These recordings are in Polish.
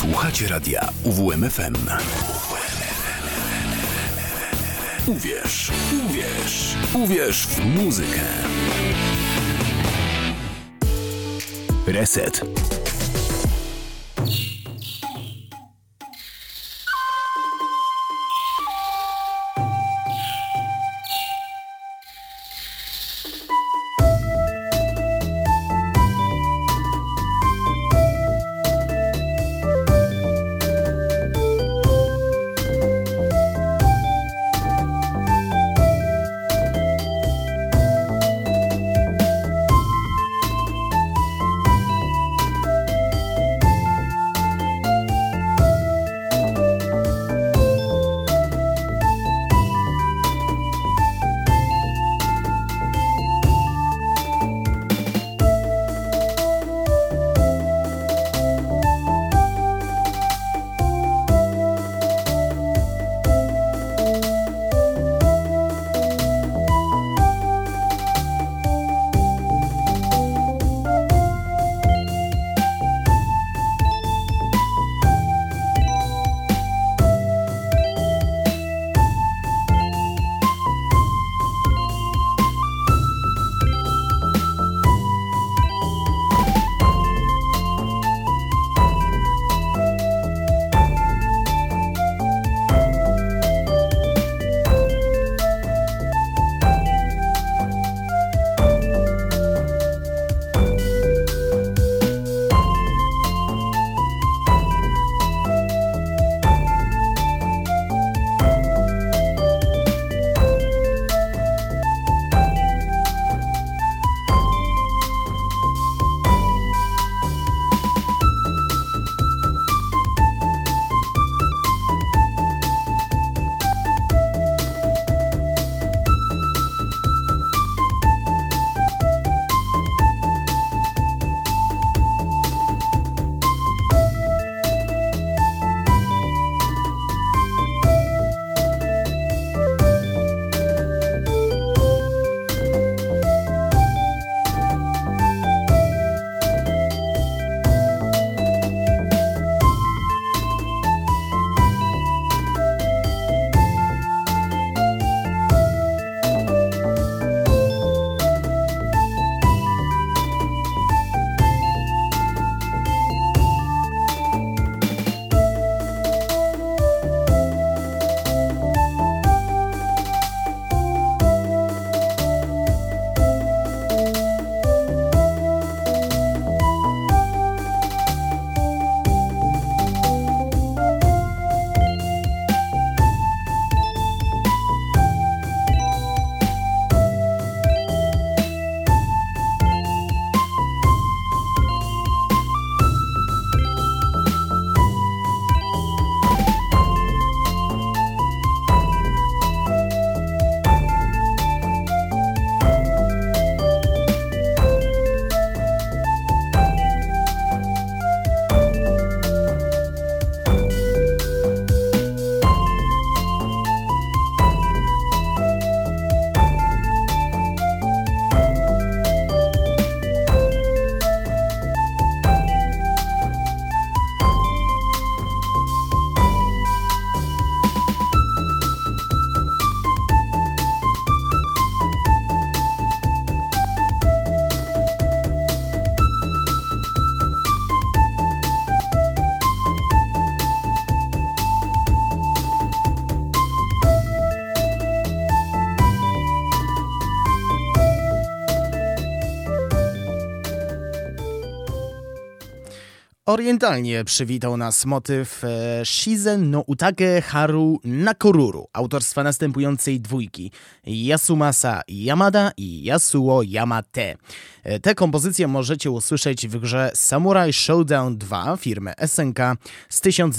Słuchacie radia UWMFM. Uwierz w muzykę. Reset. Orientalnie przywitał nas motyw Shizen no Utage Haru Nakoruru autorstwa następującej dwójki Yasumasa Yamada i Yasuo Yamate. Tę kompozycję możecie usłyszeć w grze Samurai Showdown 2 firmy SNK z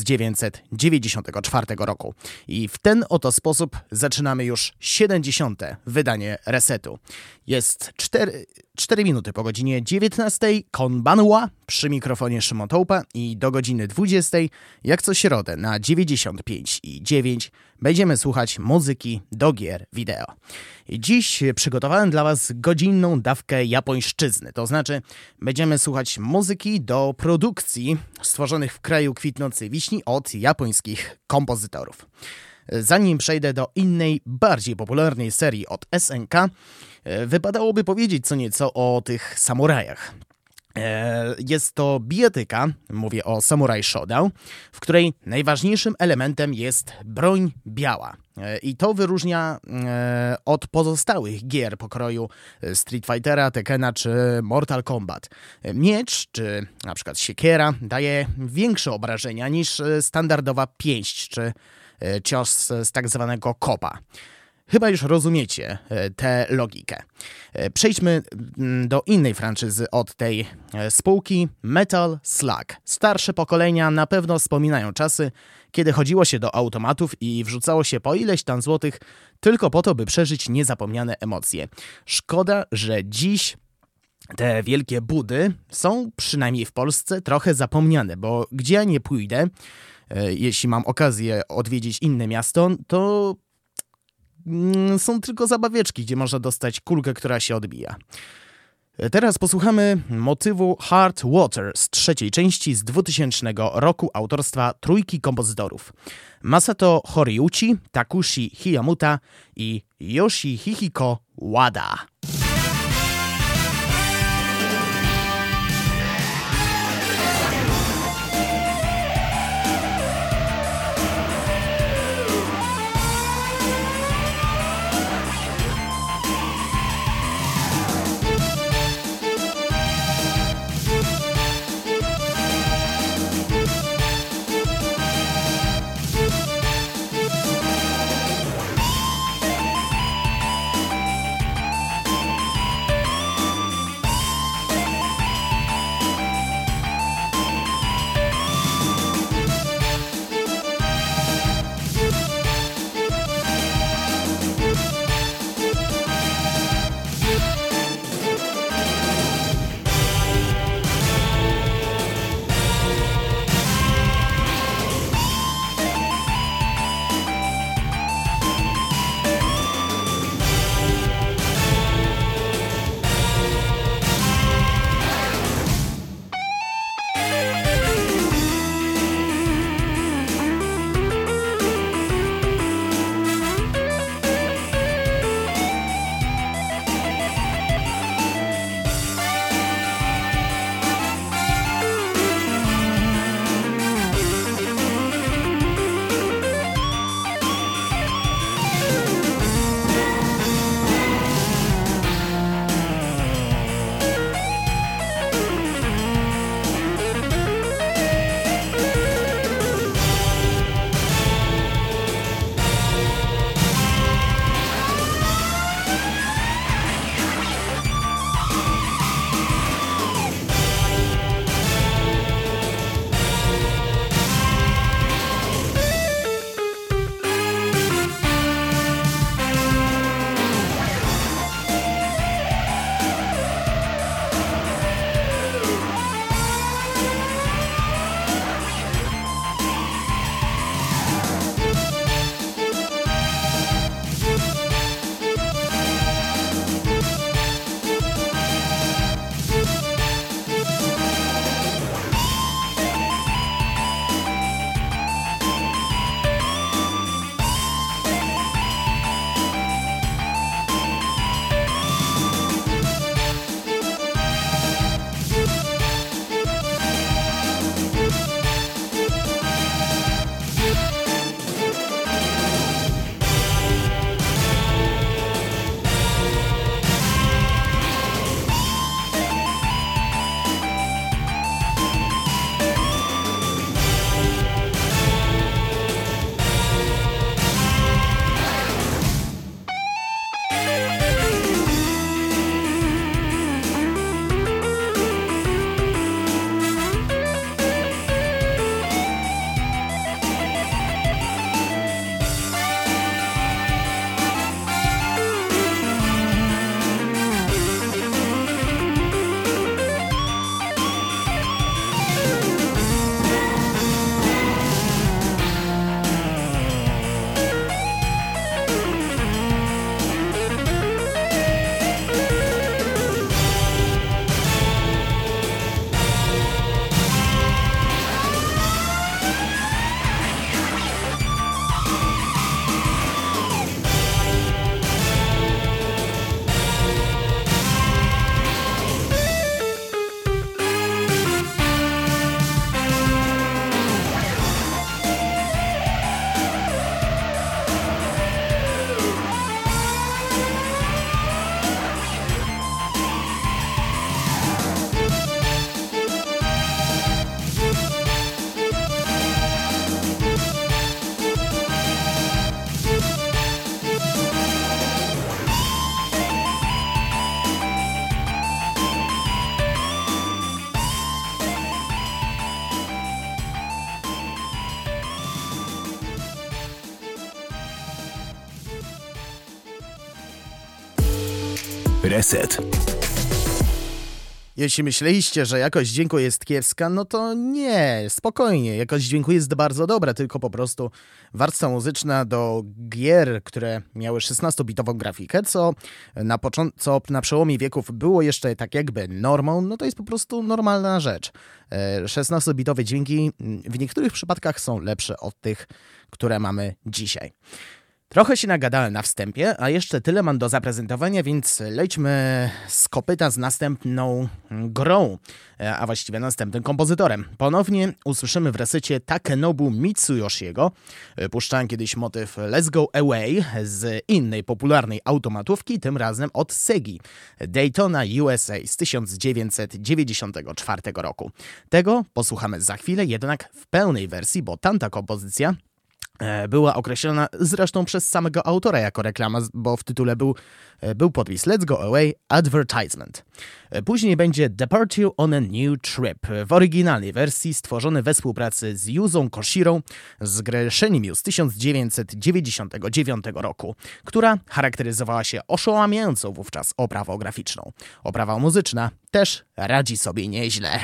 1994 roku. I w ten oto sposób zaczynamy już 70. wydanie Resetu. Jest 4 minuty po godzinie 19. Konbanwa przy mikrofonie Szymon Tołpa i do godziny 20. jak co środę na 95,9 będziemy słuchać muzyki do gier wideo. Dziś przygotowałem dla Was godzinną dawkę japońszczyzny, to znaczy będziemy słuchać muzyki do produkcji stworzonych w kraju kwitnącej wiśni od japońskich kompozytorów. Zanim przejdę do innej, bardziej popularnej serii od SNK, wypadałoby powiedzieć co nieco o tych samurajach. Jest to bijatyka, mówię o Samurai Shodown, w której najważniejszym elementem jest broń biała. I to wyróżnia od pozostałych gier pokroju Street Fightera, Tekkena czy Mortal Kombat. Miecz, czy na przykład siekiera, daje większe obrażenia niż standardowa pięść, czy cios z tak zwanego kopa. Chyba już rozumiecie tę logikę. Przejdźmy do innej franczyzy od tej spółki, Metal Slug. Starsze pokolenia na pewno wspominają czasy, kiedy chodziło się do automatów i wrzucało się po ileś tam złotych tylko po to, by przeżyć niezapomniane emocje. Szkoda, że dziś te wielkie budy są, przynajmniej w Polsce, trochę zapomniane, bo gdzie ja nie pójdę, jeśli mam okazję odwiedzić inne miasto, to są tylko zabawieczki, gdzie można dostać kulkę, która się odbija. Teraz posłuchamy motywu Hard Water z trzeciej części z 2000 roku autorstwa trójki kompozytorów Masato Horiuchi, Takushi Hiyamuta i Yoshihiko Wada. Reset. Jeśli myśleliście, że jakość dźwięku jest kiepska, no to nie, spokojnie. Jakość dźwięku jest bardzo dobra, tylko po prostu warstwa muzyczna do gier, które miały 16-bitową grafikę, co na przełomie wieków było jeszcze tak jakby normą, no to jest po prostu normalna rzecz. 16-bitowe dźwięki w niektórych przypadkach są lepsze od tych, które mamy dzisiaj. Trochę się nagadałem na wstępie, a jeszcze tyle mam do zaprezentowania, więc lećmy z kopyta z następną grą, a właściwie następnym kompozytorem. Ponownie usłyszymy w resecie Takenobu Mitsuyoshiego. Puszczałem kiedyś motyw Let's Go Away z innej popularnej automatówki, tym razem od Segi. Daytona USA z 1994 roku. Tego posłuchamy za chwilę, jednak w pełnej wersji, bo tamta kompozycja była określona zresztą przez samego autora jako reklama, bo w tytule był podpis Let's Go Away Advertisement. Później będzie Departure on a New Trip w oryginalnej wersji stworzony we współpracy z Yuzą Koshirą z gry Shenmue z 1999 roku, która charakteryzowała się oszałamiającą wówczas oprawą graficzną. Oprawa muzyczna też radzi sobie nieźle.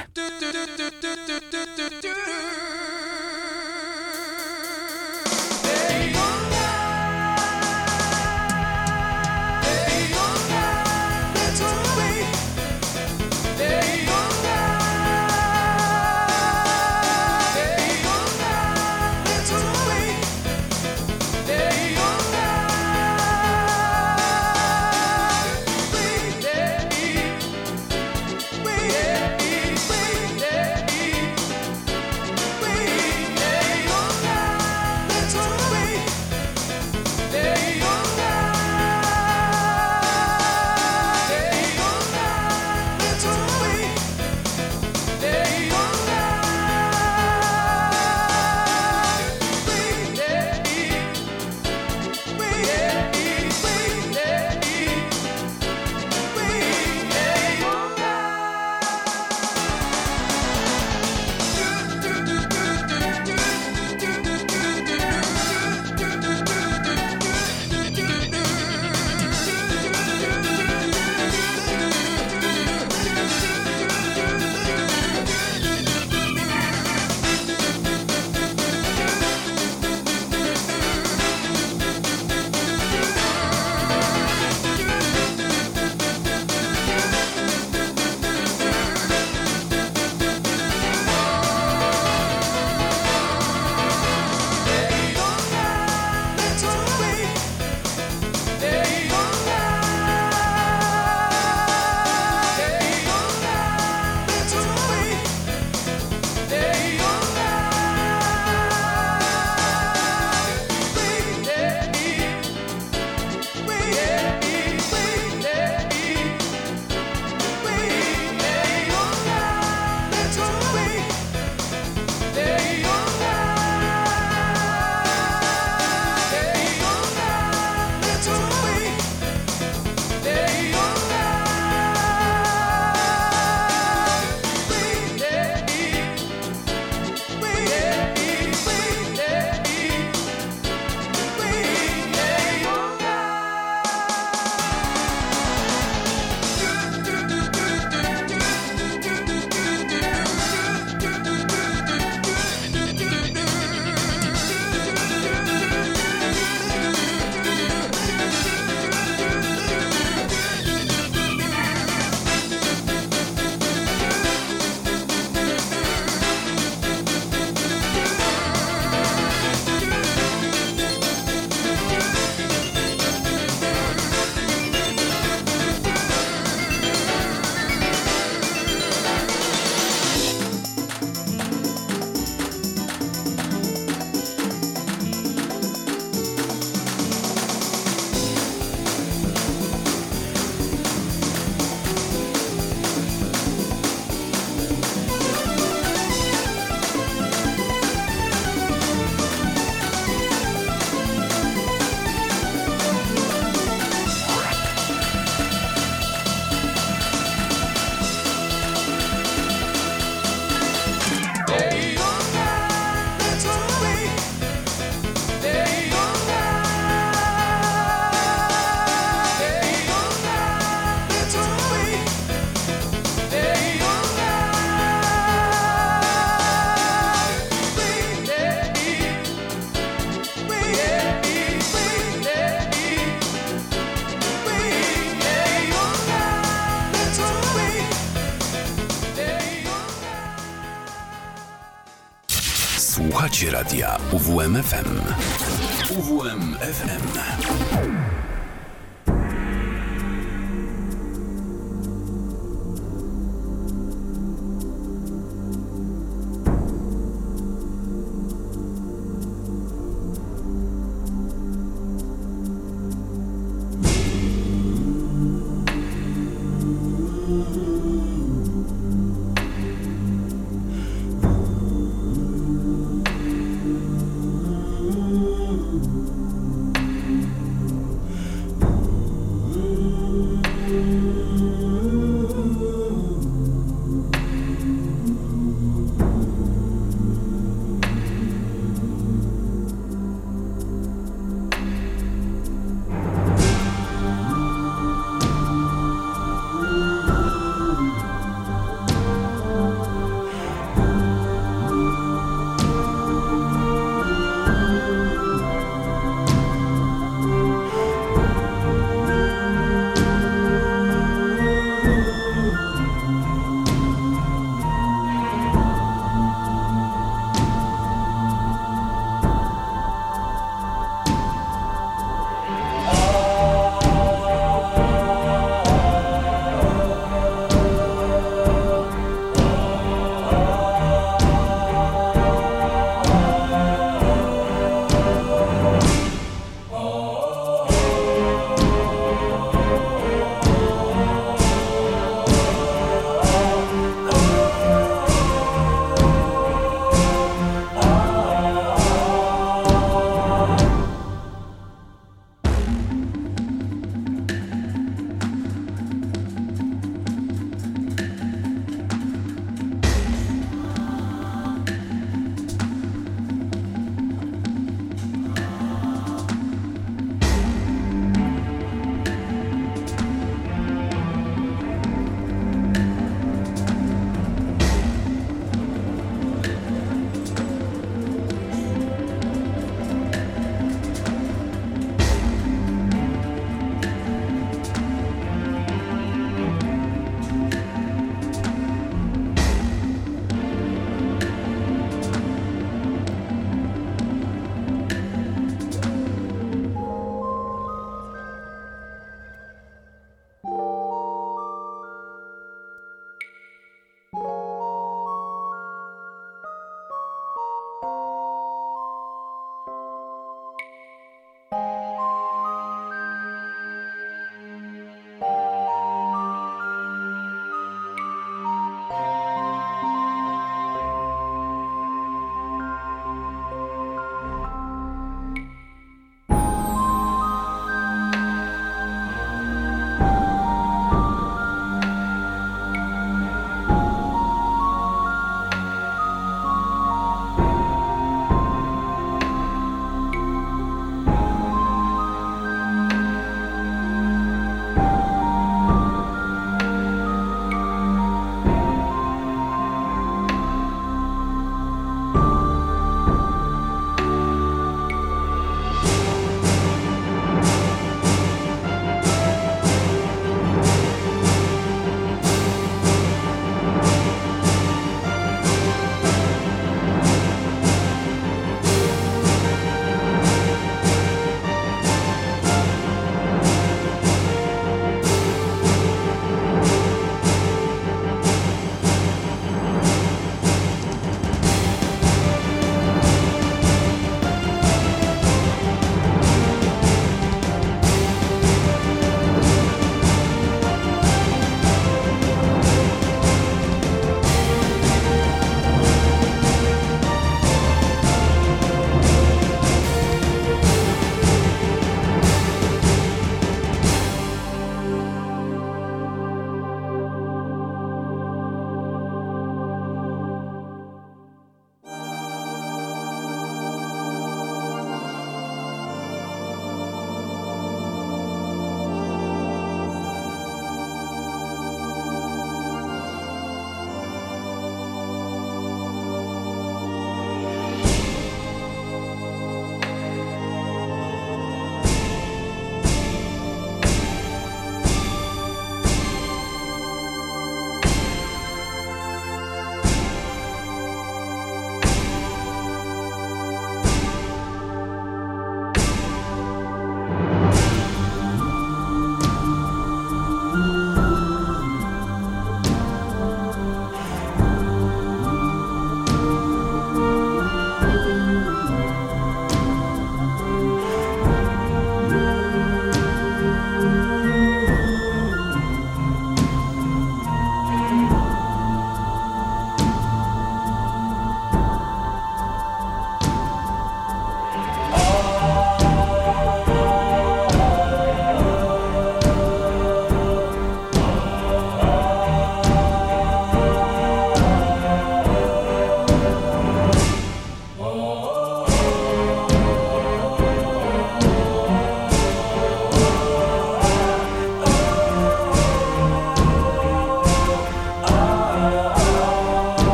Słuchacie radia UWMFM. UWMFM.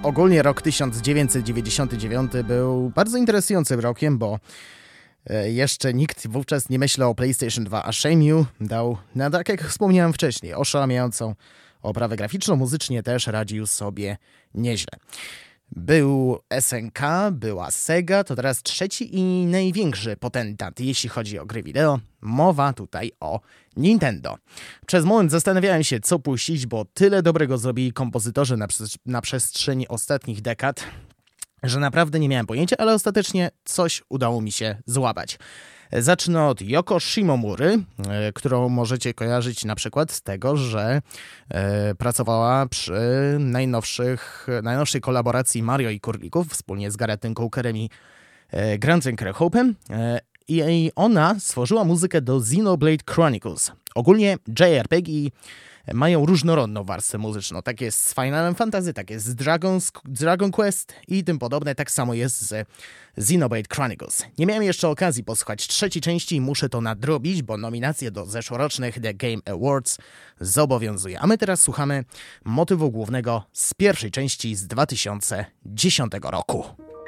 Ogólnie rok 1999 był bardzo interesującym rokiem, bo jeszcze nikt wówczas nie myślał o PlayStation 2, a Shenmue dał, tak jak wspomniałem wcześniej, oszałamiającą oprawę graficzną, muzycznie też radził sobie nieźle. Był SNK, była Sega, to teraz trzeci i największy potentat, jeśli chodzi o gry wideo. Mowa tutaj o Nintendo. Przez moment zastanawiałem się, co puścić, bo tyle dobrego zrobili kompozytorzy na przestrzeni ostatnich dekad, że naprawdę nie miałem pojęcia, ale ostatecznie coś udało mi się złapać. Zacznę od Yoko Shimomury, którą możecie kojarzyć na przykład z tego, że pracowała przy najnowszej kolaboracji Mario i Kurlików wspólnie z Garrettem Cokerem i Grantem Kirkhopem. I ona stworzyła muzykę do Xenoblade Chronicles. Ogólnie JRPG mają różnorodną warstwę muzyczną. Tak jest z Final Fantasy, tak jest z Dragon Quest i tym podobne. Tak samo jest z Xenoblade Chronicles. Nie miałem jeszcze okazji posłuchać trzeciej części i muszę to nadrobić, bo nominacje do zeszłorocznych The Game Awards zobowiązuje. A my teraz słuchamy motywu głównego z pierwszej części z 2010 roku.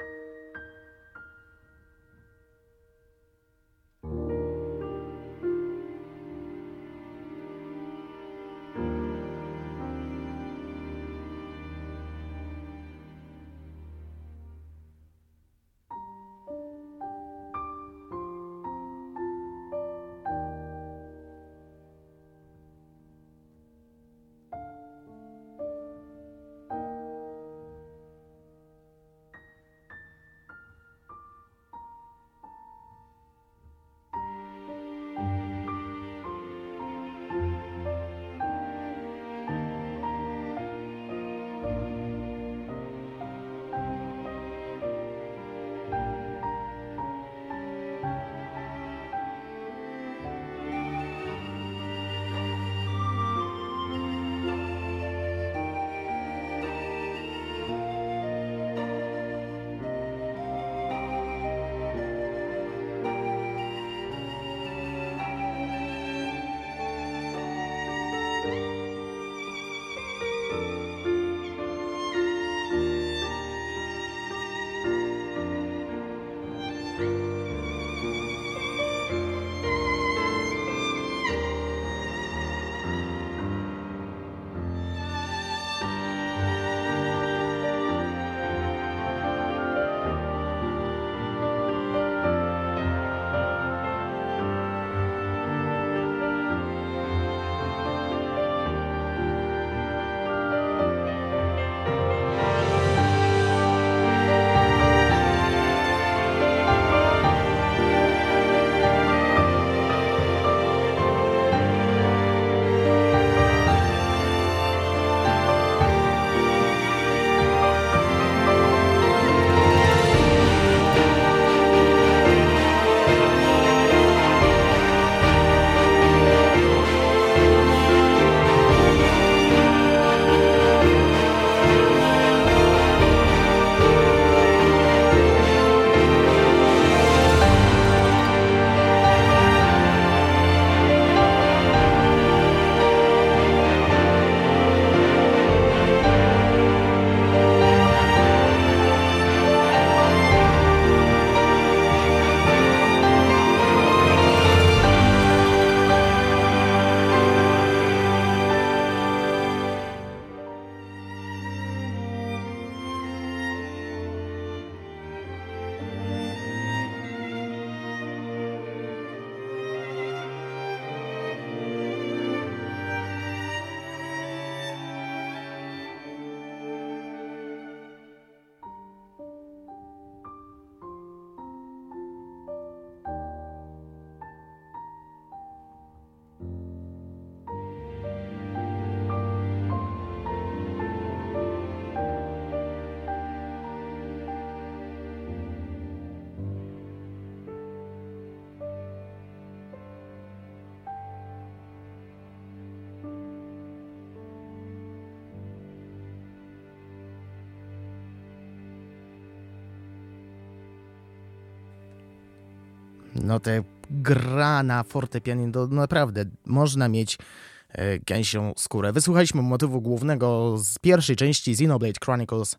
No te gra na fortepianie, to naprawdę można mieć gęsią skórę. Wysłuchaliśmy motywu głównego z pierwszej części Xenoblade Chronicles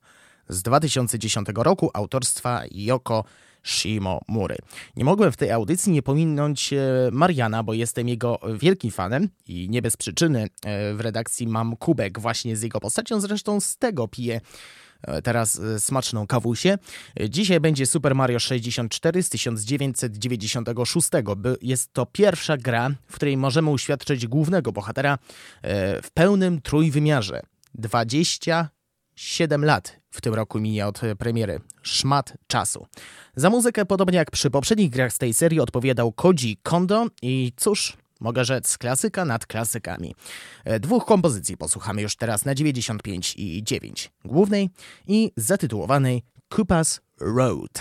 z 2010 roku autorstwa Yoko Shimomury. Nie mogłem w tej audycji nie pominąć Mariana, bo jestem jego wielkim fanem i nie bez przyczyny w redakcji mam kubek właśnie z jego postacią, zresztą z tego piję teraz smaczną kawusię. Dzisiaj będzie Super Mario 64 z 1996. Jest to pierwsza gra, w której możemy uświadczyć głównego bohatera w pełnym trójwymiarze. 27 lat w tym roku minie od premiery. Szmat czasu. Za muzykę, podobnie jak przy poprzednich grach z tej serii, odpowiadał Koji Kondo i cóż, mogę rzec, klasyka nad klasykami. Dwóch kompozycji posłuchamy już teraz na 95,9. Głównej i zatytułowanej Koopa's Road.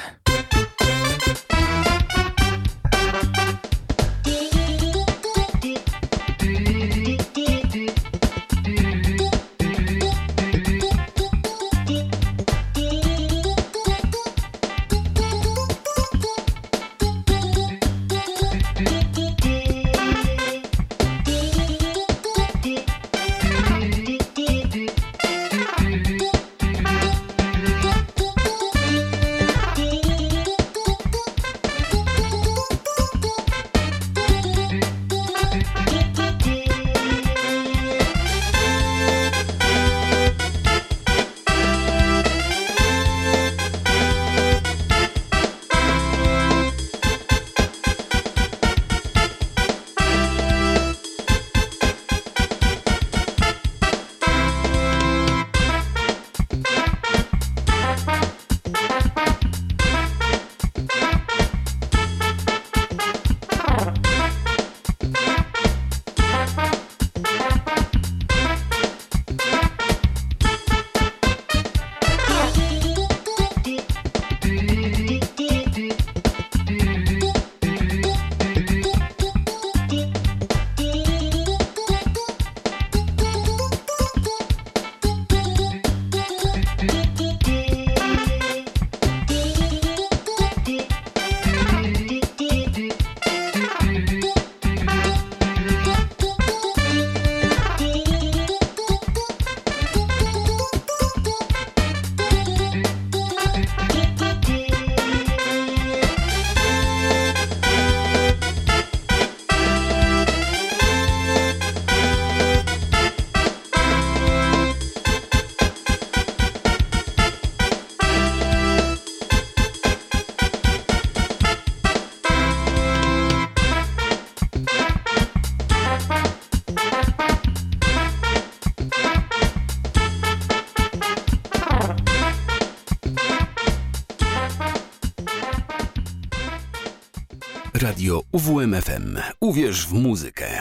Radio UWMFM. Uwierz w muzykę.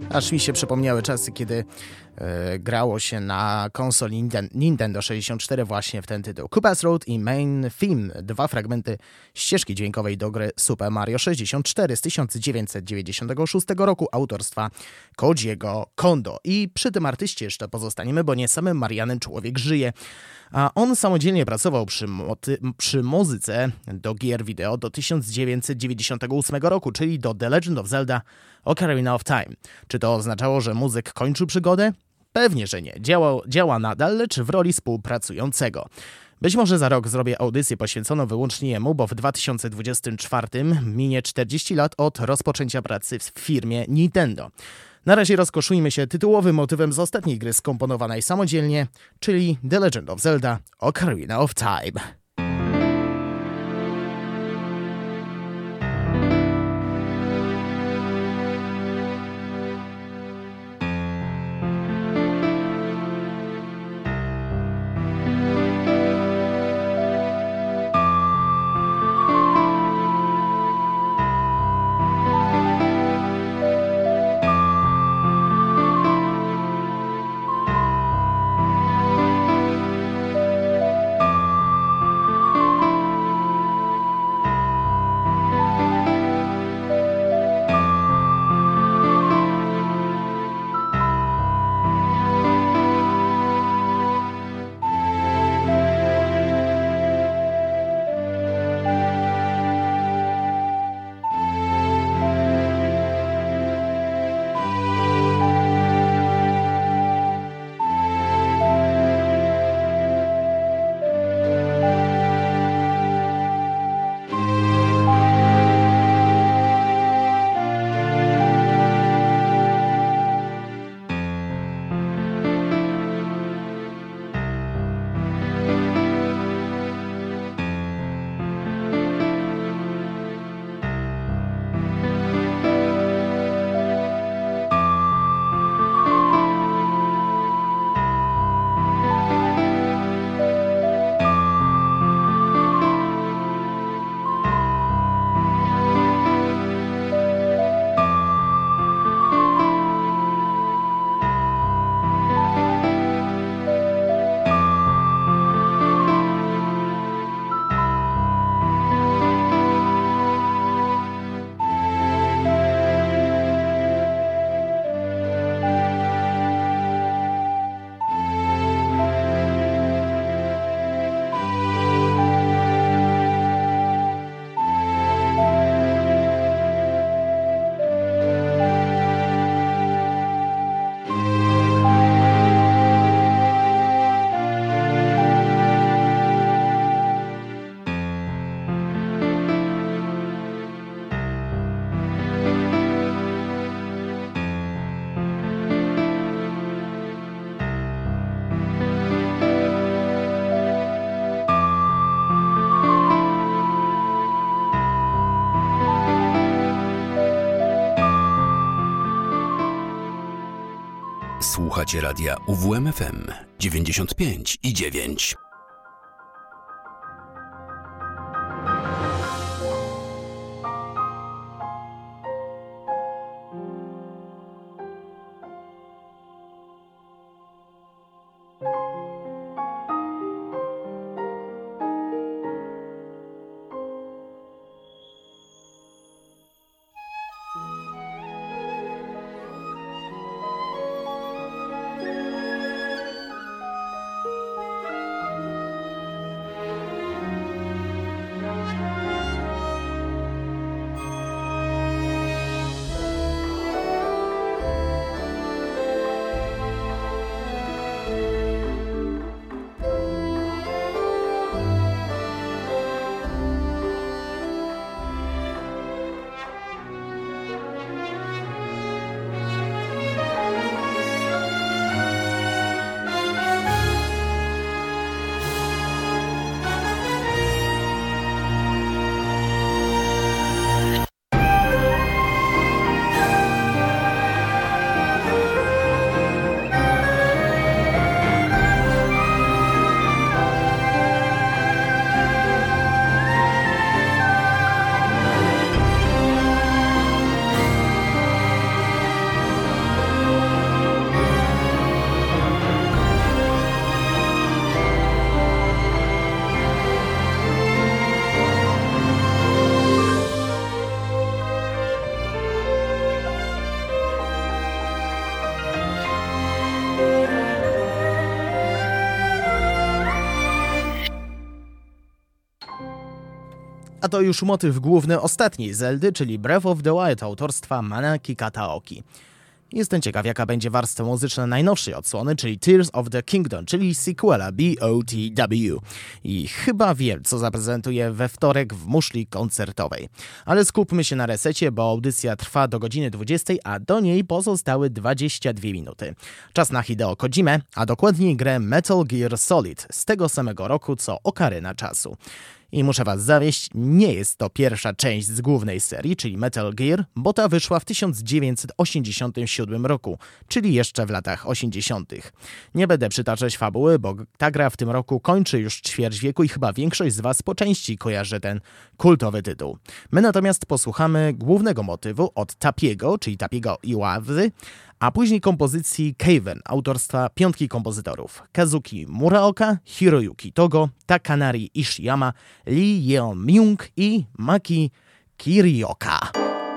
Aż mi się przypomniały czasy, kiedy grało się na konsoli Nintendo 64 właśnie w ten tytuł. Koopa's Road i Main Theme, 2 fragmenty ścieżki dźwiękowej do gry Super Mario 64 z 1996 roku autorstwa Kojiego Kondo. I przy tym artyście jeszcze pozostaniemy, bo nie samym Marianem człowiek żyje. A on samodzielnie pracował przy muzyce do gier wideo do 1998 roku, czyli do The Legend of Zelda Ocarina of Time. Czy to oznaczało, że muzyk kończył przygodę? Pewnie, że nie. Działa nadal, lecz w roli współpracującego. Być może za rok zrobię audycję poświęconą wyłącznie jemu, bo w 2024 minie 40 lat od rozpoczęcia pracy w firmie Nintendo. Na razie rozkoszujmy się tytułowym motywem z ostatniej gry skomponowanej samodzielnie, czyli The Legend of Zelda Ocarina of Time. Słuchacie radia UWMFM 95,9. A to już motyw główny ostatniej Zeldy, czyli Breath of the Wild autorstwa Manaki Kataoki. Jestem ciekaw, jaka będzie warstwa muzyczna najnowszej odsłony, czyli Tears of the Kingdom, czyli sequela BOTW. I chyba wiem, co zaprezentuję we wtorek w muszli koncertowej. Ale skupmy się na resecie, bo audycja trwa do godziny 20, a do niej pozostały 22 minuty. Czas na Hideo Kojimę, a dokładniej grę Metal Gear Solid z tego samego roku, co Ocarina Czasu. I muszę was zawieść, nie jest to pierwsza część z głównej serii, czyli Metal Gear, bo ta wyszła w 1987 roku, czyli jeszcze w latach 80. Nie będę przytaczać fabuły, bo ta gra w tym roku kończy już ćwierć wieku i chyba większość z was po części kojarzy ten kultowy tytuł. My natomiast posłuchamy głównego motywu od Tapiego, czyli Tapiego Iwazy, a później kompozycji Caven, autorstwa 5 kompozytorów: Kazuki Muraoka, Hiroyuki Togo, Takanari Ishiyama, Lee Yeon-myung i Maki Kirioka.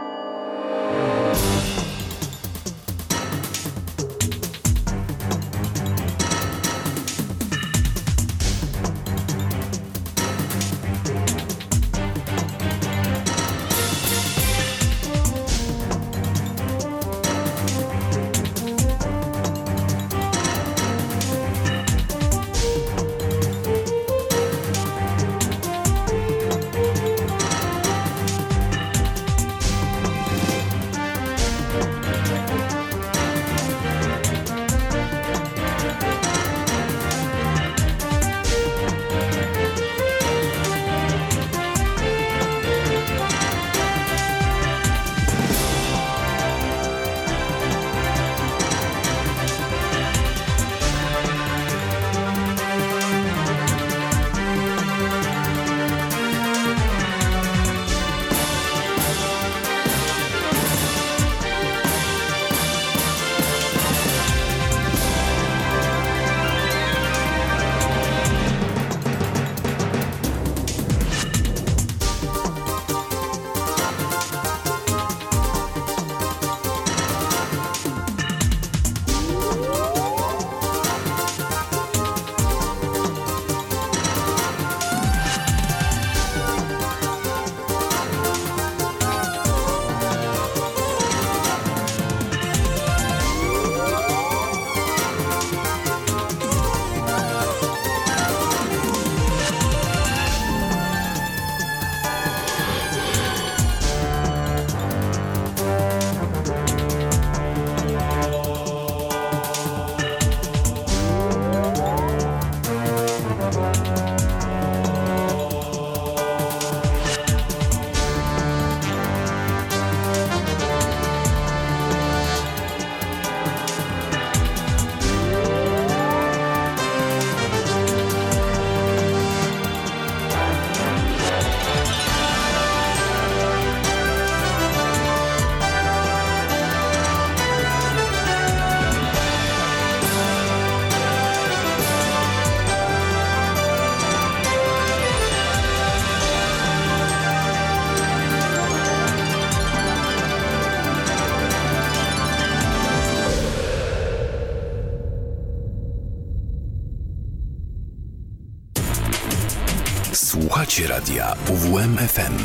Słuchacie radia UWM-FM.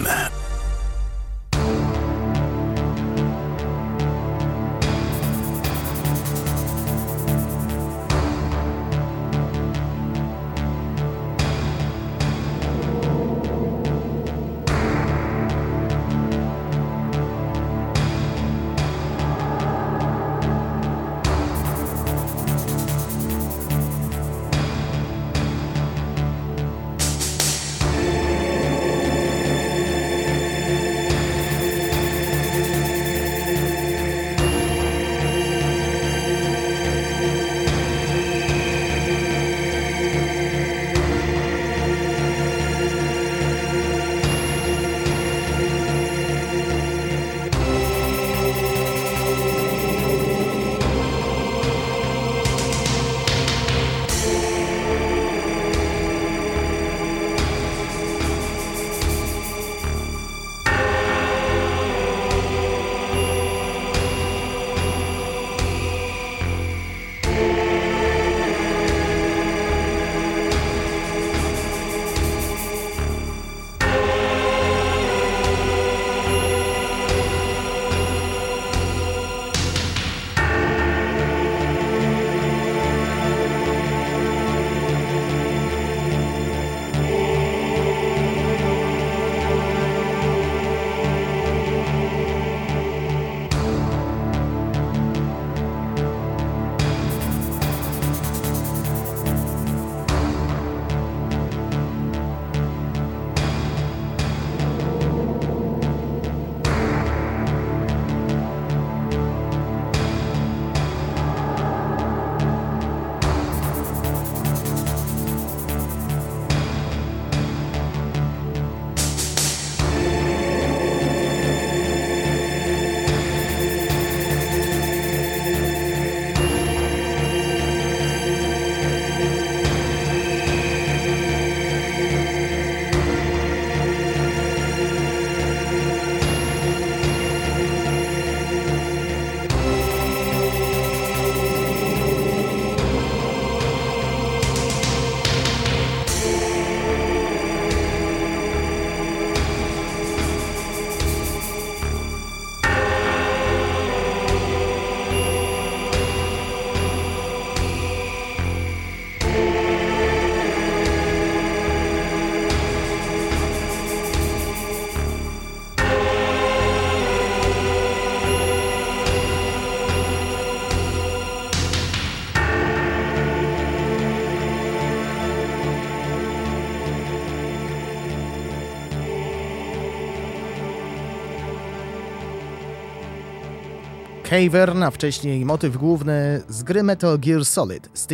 Cavern, a wcześniej motyw główny z gry Metal Gear Solid z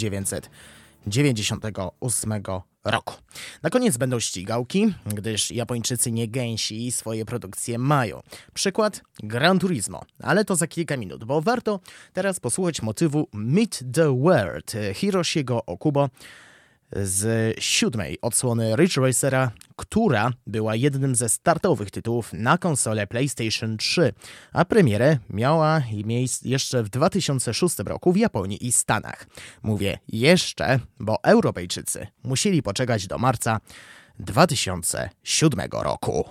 1998 roku. Na koniec będą ścigałki, gdyż Japończycy nie gęsi swoje produkcje mają. Przykład Gran Turismo, ale to za kilka minut, bo warto teraz posłuchać motywu Meet the World Hiroshiego Okubo z 7. odsłony Ridge Racera, która była jednym ze startowych tytułów na konsolę PlayStation 3, a premierę miała miejsce jeszcze w 2006 roku w Japonii i Stanach. Mówię jeszcze, bo Europejczycy musieli poczekać do marca 2007 roku.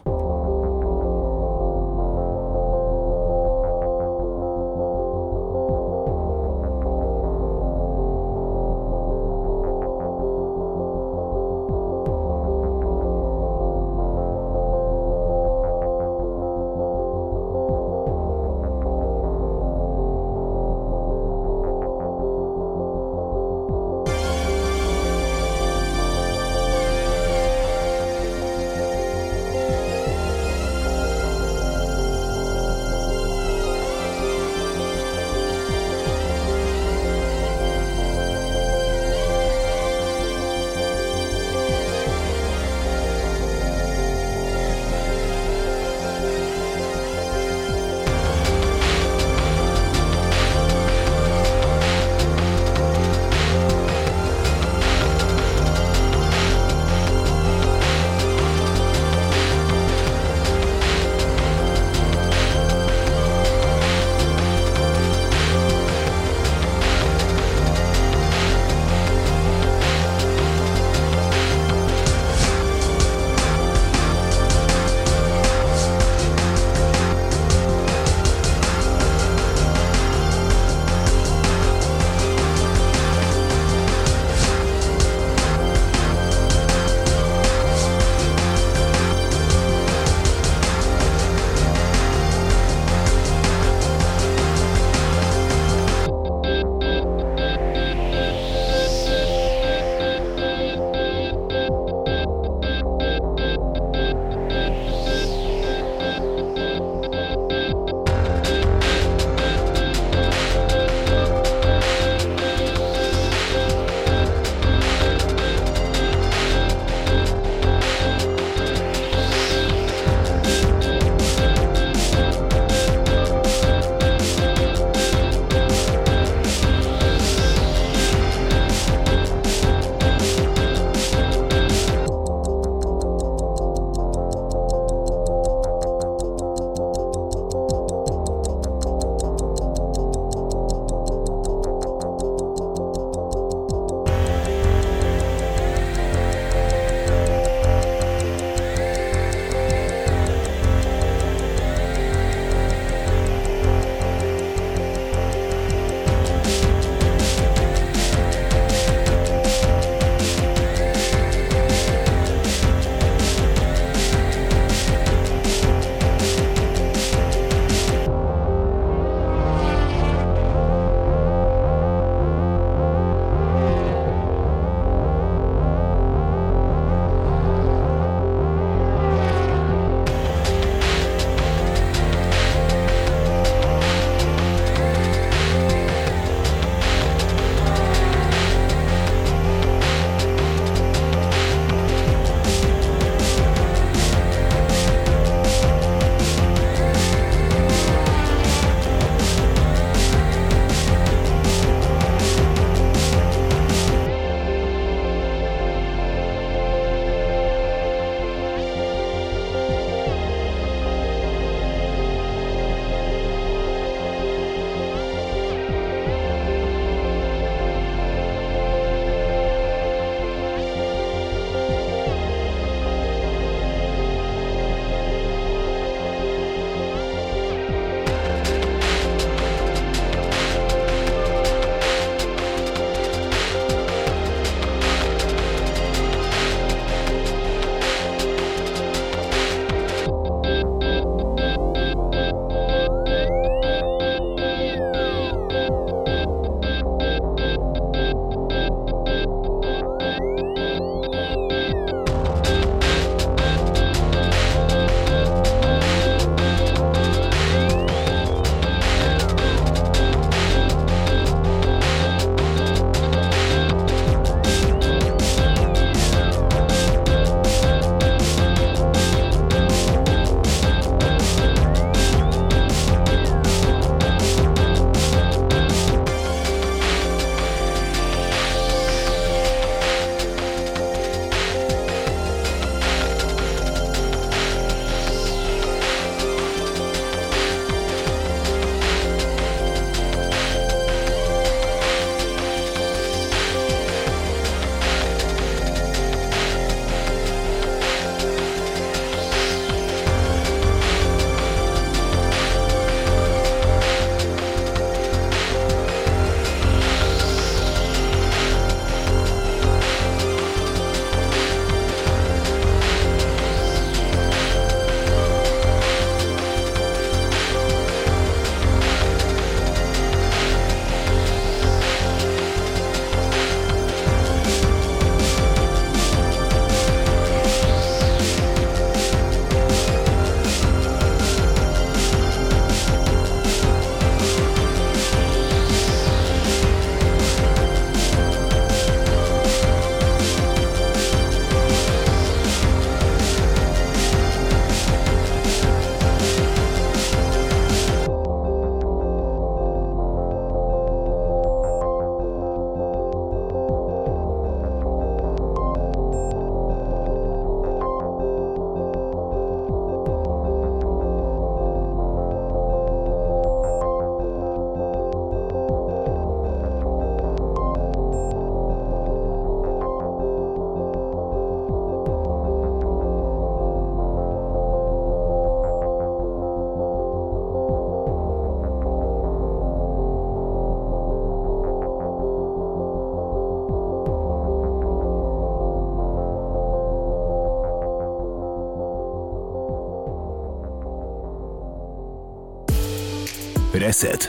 Reset.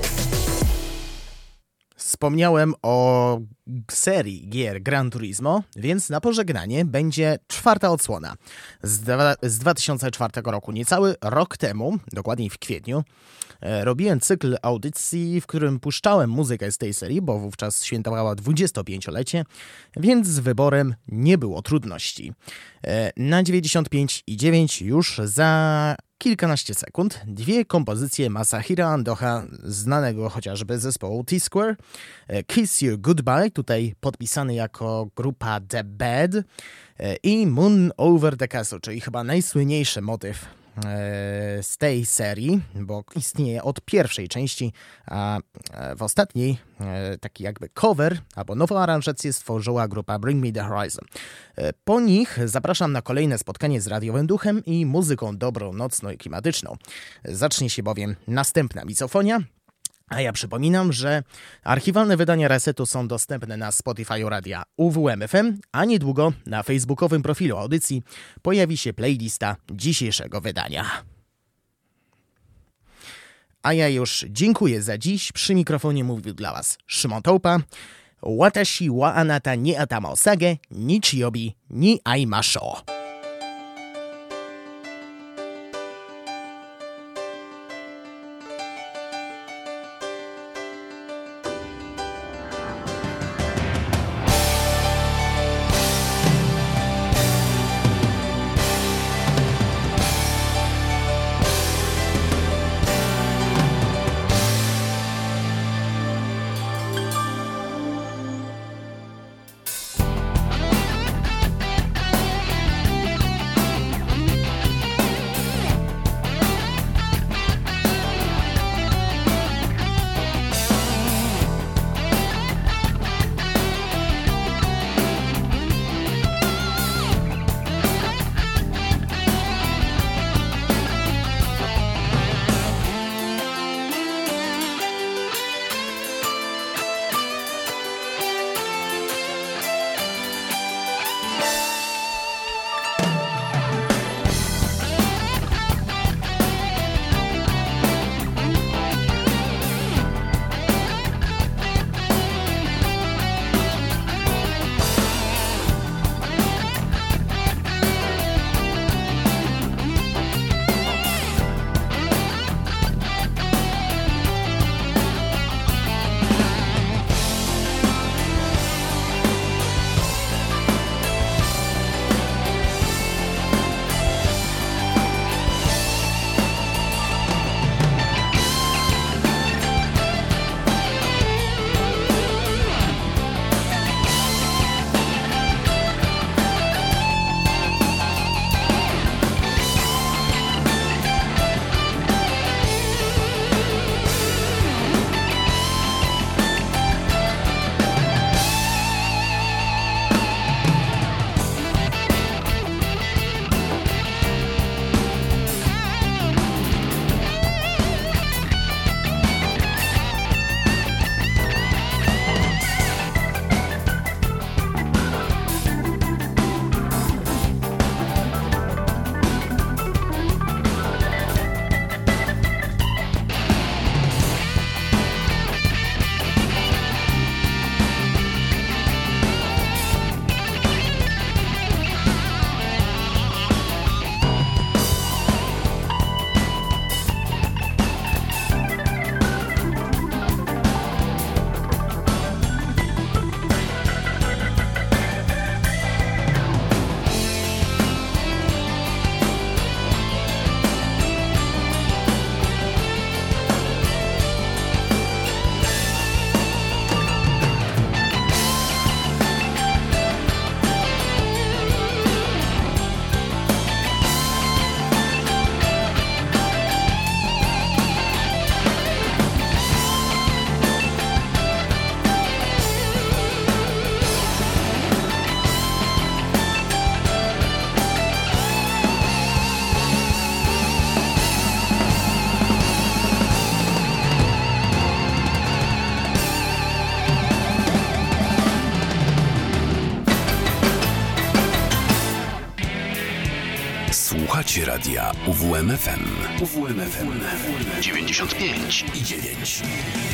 Wspomniałem o serii gier Gran Turismo, więc na pożegnanie będzie 4. odsłona. Z 2004 roku, niecały rok temu, dokładniej w kwietniu, robiłem cykl audycji, w którym puszczałem muzykę z tej serii, bo wówczas świętowała 25-lecie, więc z wyborem nie było trudności. Na 95,9 już za kilkanaście sekund dwie kompozycje Masahiro Andoha, znanego chociażby zespołu T-Square, Kiss You Goodbye, tutaj podpisany jako grupa The Bad, i Moon Over the Castle, czyli chyba najsłynniejszy motyw z tej serii, bo istnieje od pierwszej części, a w ostatniej taki jakby cover albo nową aranżację stworzyła grupa Bring Me The Horizon. Po nich zapraszam na kolejne spotkanie z radiowym duchem i muzyką dobrą, nocną i klimatyczną. Zacznie się bowiem następna micofonia. A ja przypominam, że archiwalne wydania Resetu są dostępne na Spotify radia UWM-FM, a niedługo na facebookowym profilu audycji pojawi się playlista dzisiejszego wydania. A ja już dziękuję za dziś. Przy mikrofonie mówił dla Was Szymon Tołpa. Watashi wa anata ni atama osage, nichiobi ni aimashou. Słuchacie radia UWMFM. UWMFM 95,9.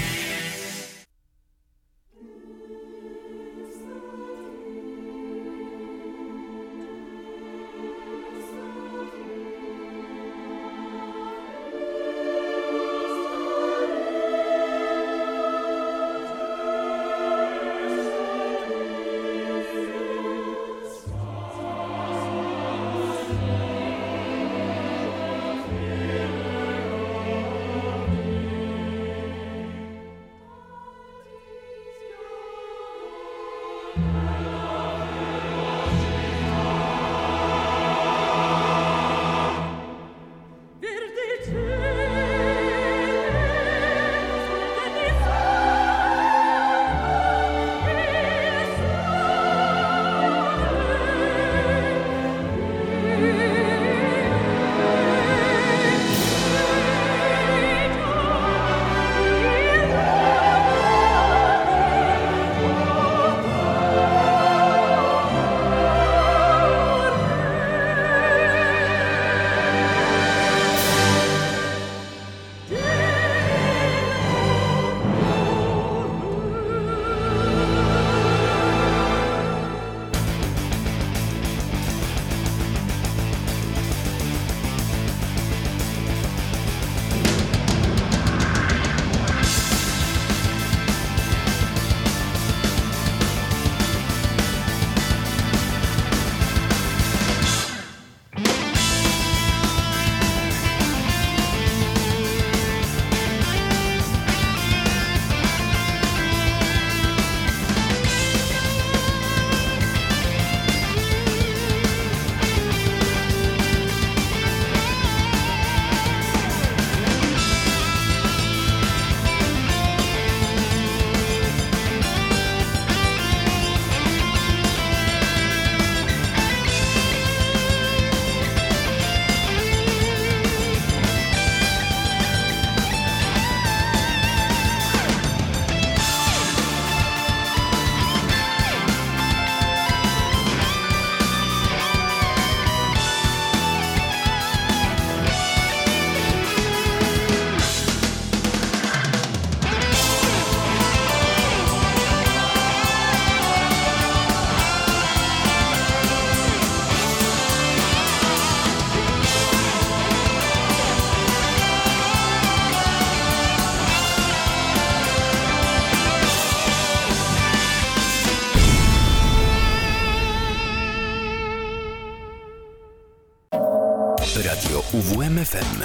Radio UWMFM.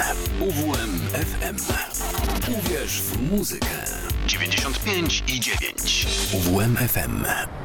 UWMFM. Uwierz w muzykę. 95,9. UWMFM.